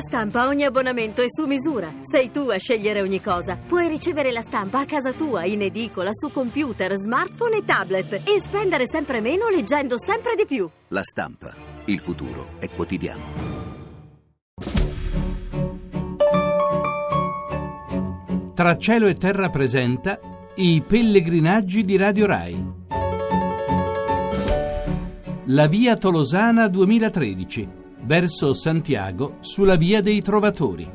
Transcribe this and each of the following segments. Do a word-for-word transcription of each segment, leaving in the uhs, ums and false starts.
Stampa ogni abbonamento è su misura. Sei tu a scegliere ogni cosa. Puoi ricevere la stampa a casa tua, in edicola, su computer, smartphone e tablet e spendere sempre meno leggendo sempre di più. La Stampa. Il futuro è quotidiano. Tra cielo e terra presenta I pellegrinaggi di Radio Rai. La via Tolosana duemilatredici, verso Santiago, sulla via dei Trovatori.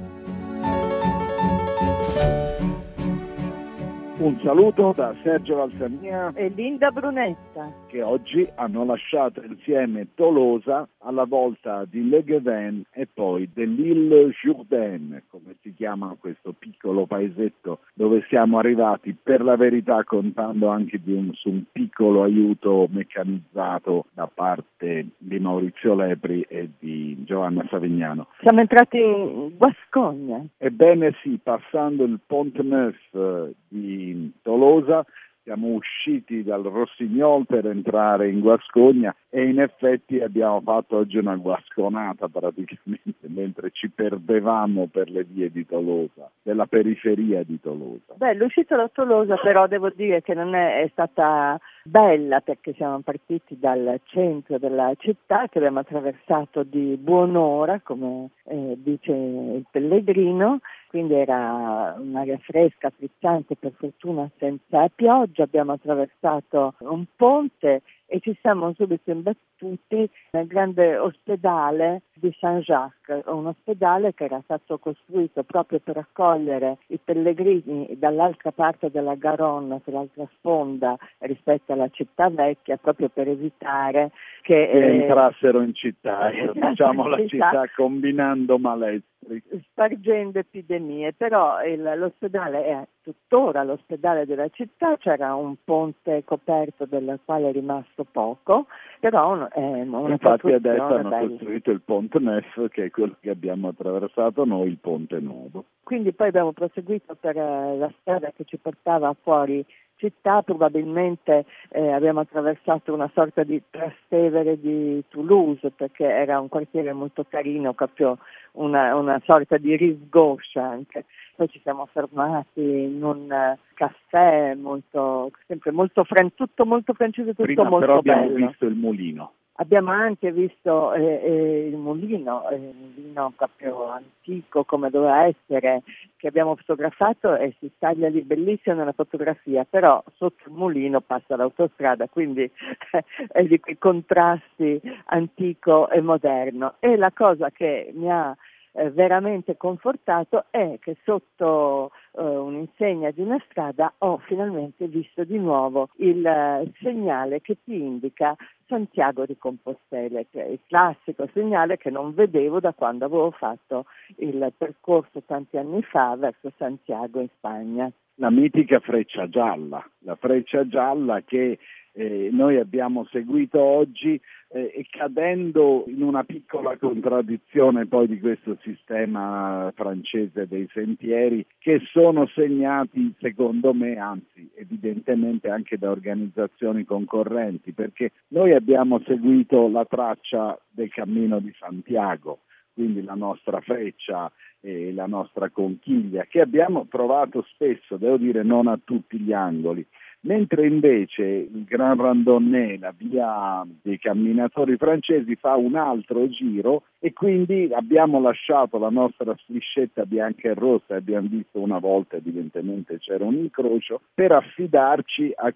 Un saluto da Sergio Valsania e Linda Brunetta, che oggi hanno lasciato insieme Tolosa alla volta di Le Guéven e poi dell'Île Jourdain, come si chiama questo piccolo paesetto dove siamo arrivati, per la verità contando anche di un, su un piccolo aiuto meccanizzato da parte di Maurizio Lepri e di Giovanna Savignano. Siamo entrati in Guascogna. Ebbene sì, passando il Pont Neuf di Tolosa siamo usciti dal Rossignol per entrare in Guascogna e in effetti abbiamo fatto oggi una guasconata praticamente mentre ci perdevamo per le vie di Tolosa, della periferia di Tolosa. Beh, l'uscita da Tolosa però devo dire che non è, è stata bella, perché siamo partiti dal centro della città che abbiamo attraversato di buon'ora, come eh, dice il pellegrino, quindi era un'aria fresca, frizzante, per fortuna senza pioggia. Abbiamo attraversato un ponte e ci siamo subito imbattuti nel grande ospedale di Saint-Jacques, un ospedale che era stato costruito proprio per accogliere i pellegrini dall'altra parte della Garonne, sull'altra sponda rispetto alla città vecchia, proprio per evitare che, che eh, entrassero in città, diciamo la città combinando malesseri, spargendo epidemie. Però il, l'ospedale è tuttora l'ospedale della città, c'era un ponte coperto del quale è rimasto poco, però è una infatti adesso hanno bella. costruito il Pont Neuf, che è quello che abbiamo attraversato noi, il Ponte Nuovo. Quindi poi abbiamo proseguito per la strada che ci portava fuori città, probabilmente eh, abbiamo attraversato una sorta di Trastevere di Toulouse, perché era un quartiere molto carino, proprio una, una sorta di rive gauche anche. Poi ci siamo fermati in un uh, caffè molto, sempre molto fran- tutto molto francese, tutto Prima molto però abbiamo bello. visto il mulino. Abbiamo anche visto eh, eh, il mulino, eh, il mulino proprio antico come doveva essere, che abbiamo fotografato e si staglia lì bellissimo nella fotografia, però sotto il mulino passa l'autostrada, quindi eh, è di quei contrasti antico e moderno. E la cosa che mi ha Eh, veramente confortato è che sotto eh, un'insegna di una strada ho finalmente visto di nuovo il eh, segnale che ti indica Santiago di Compostela, che è il classico segnale che non vedevo da quando avevo fatto il percorso tanti anni fa verso Santiago in Spagna. La mitica freccia gialla, la freccia gialla che eh, noi abbiamo seguito oggi eh, e cadendo in una piccola contraddizione poi di questo sistema francese dei sentieri, che sono segnati secondo me, anzi evidentemente anche da organizzazioni concorrenti, perché noi abbiamo seguito la traccia del Cammino di Santiago, quindi la nostra freccia e la nostra conchiglia, che abbiamo trovato spesso, devo dire non a tutti gli angoli, mentre invece il Grand Randonnée, la via dei camminatori francesi, fa un altro giro e quindi abbiamo lasciato la nostra striscetta bianca e rossa, e abbiamo visto una volta evidentemente c'era un incrocio, per affidarci a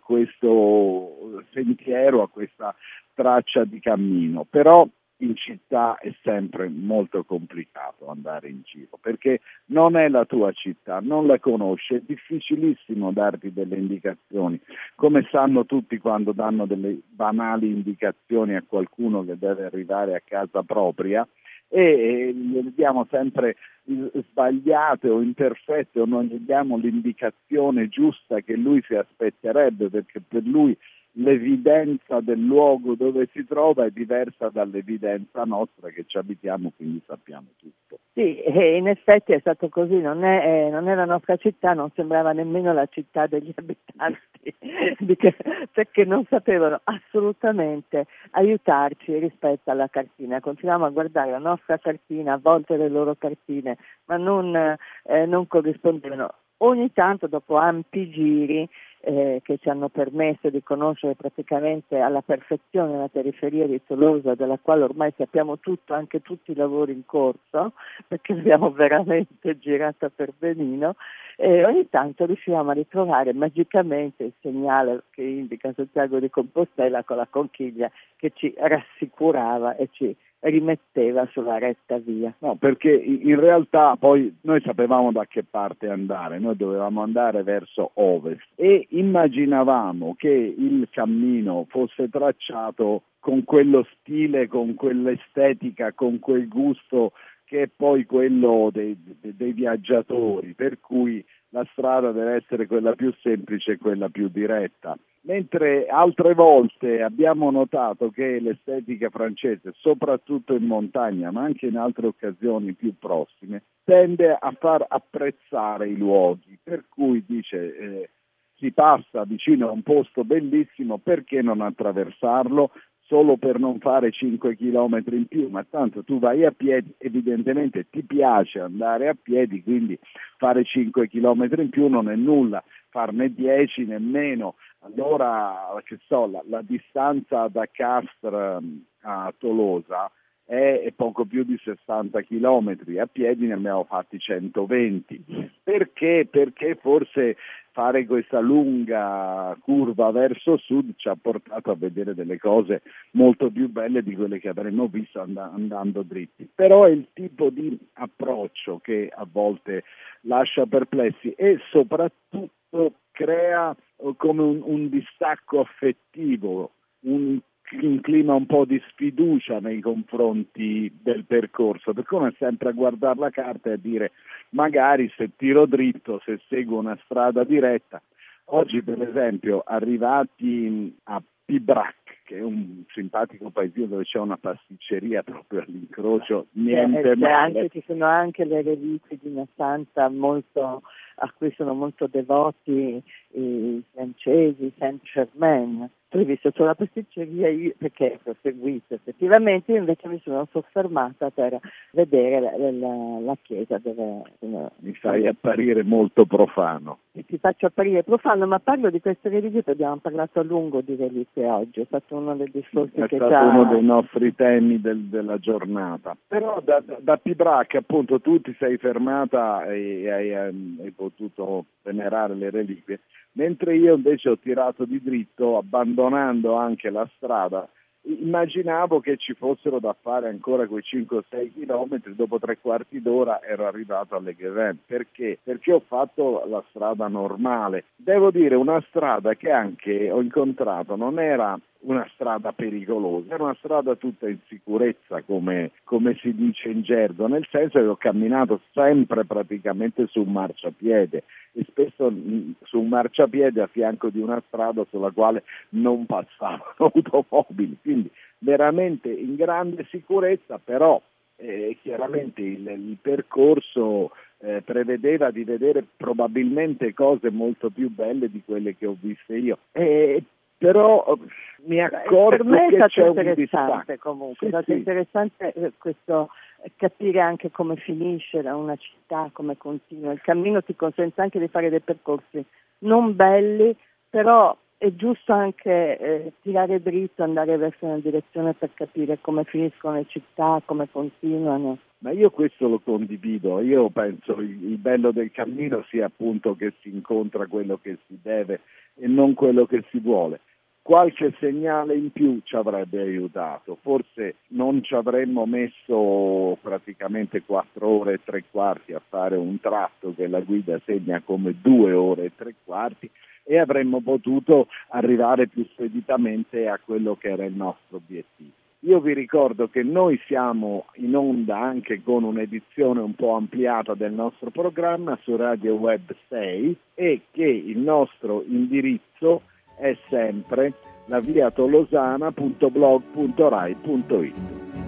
questo sentiero, a questa traccia di cammino. Però in città è sempre molto complicato andare in giro, perché non è la tua città, non la conosci, è difficilissimo darti delle indicazioni, come sanno tutti quando danno delle banali indicazioni a qualcuno che deve arrivare a casa propria, e le diamo sempre sbagliate o imperfette, o non gli diamo l'indicazione giusta che lui si aspetterebbe, perché per lui l'evidenza del luogo dove si trova è diversa dall'evidenza nostra che ci abitiamo, quindi sappiamo tutto. Sì, e in effetti è stato così, non è, eh, non è la nostra città, non sembrava nemmeno la città degli abitanti di che, perché non sapevano assolutamente aiutarci rispetto alla cartina. Continuiamo a guardare la nostra cartina, a volte le loro cartine, ma non, eh, non corrispondevano. Ogni tanto, dopo ampi giri eh, che ci hanno permesso di conoscere praticamente alla perfezione la periferia di Tolosa, della quale ormai sappiamo tutto, anche tutti i lavori in corso, perché l'abbiamo veramente girata per benino, e ogni tanto riuscivamo a ritrovare magicamente il segnale che indica Santiago di Compostela con la conchiglia che ci rassicurava e ci rimetteva sulla retta via. No, perché in realtà poi noi sapevamo da che parte andare, noi dovevamo andare verso ovest e immaginavamo che il cammino fosse tracciato con quello stile, con quell'estetica, con quel gusto che è poi quello dei, dei, dei viaggiatori, per cui la strada deve essere quella più semplice e quella più diretta. Mentre altre volte abbiamo notato che l'estetica francese, soprattutto in montagna, ma anche in altre occasioni più prossime, tende a far apprezzare i luoghi, per cui dice eh, si passa vicino a un posto bellissimo, perché non attraversarlo? Solo per non fare cinque chilometri in più, ma tanto tu vai a piedi, evidentemente ti piace andare a piedi, quindi fare cinque chilometri in più non è nulla, farne dieci nemmeno. Allora, che so, la, la distanza da Castres a Tolosa è, è poco più di sessanta chilometri, a piedi ne abbiamo fatti centoventi. Perché? Perché forse fare questa lunga curva verso sud ci ha portato a vedere delle cose molto più belle di quelle che avremmo visto and- andando dritti. Però è il tipo di approccio che a volte lascia perplessi e soprattutto crea come un, un distacco affettivo, un un clima un po' di sfiducia nei confronti del percorso, per cui è sempre a guardare la carta e a dire magari se tiro dritto, se seguo una strada diretta. Oggi per esempio arrivati a Pibrac, che è un simpatico paesino dove c'è una pasticceria proprio all'incrocio, niente eh, male. Anche, ci sono anche le reliquie di una santa molto, a cui sono molto devoti i francesi, Saint-Germain. Tu hai visto sulla pasticceria io, perché ho seguito effettivamente, io invece mi sono soffermata per vedere la, la, la chiesa dove... Mi fai apparire molto profano. Ti faccio apparire profano, ma parlo di queste reliquie, abbiamo parlato a lungo di reliquie oggi, è stato uno dei discorsi è che stato già... uno dei nostri temi del, della giornata. Però da, da, da Pibrac appunto tu ti sei fermata e hai, hai potuto venerare le reliquie, mentre io invece ho tirato di dritto, abbandonando anche la strada. Immaginavo che ci fossero da fare ancora quei cinque o sei chilometri, dopo tre quarti d'ora ero arrivato alle Guévin. Perché? Perché ho fatto la strada normale. Devo dire una strada che anche ho incontrato non era una strada pericolosa, era una strada tutta in sicurezza, come, come si dice in gergo, nel senso che ho camminato sempre praticamente su un marciapiede e spesso mh, su un marciapiede a fianco di una strada sulla quale non passavano automobili, quindi veramente in grande sicurezza, però eh, chiaramente il, il percorso eh, prevedeva di vedere probabilmente cose molto più belle di quelle che ho viste io. E, però mi accorgo per me che è c'è stato un interessante distacco. comunque, Sì, è stato sì. interessante eh, questo capire anche come finisce una città, come continua. Il cammino ti consente anche di fare dei percorsi non belli, però è giusto anche eh, tirare dritto, andare verso una direzione per capire come finiscono le città, come continuano. Ma io questo lo condivido, io penso il, il bello del cammino sia appunto che si incontra quello che si deve e non quello che si vuole. Qualche segnale in più ci avrebbe aiutato, forse non ci avremmo messo praticamente quattro ore e tre quarti a fare un tratto che la guida segna come due ore e tre quarti e avremmo potuto arrivare più speditamente a quello che era il nostro obiettivo. Io vi ricordo che noi siamo in onda anche con un'edizione un po' ampliata del nostro programma su Radio Web sei e che il nostro indirizzo è sempre la via tolosana punto blog punto rai punto it.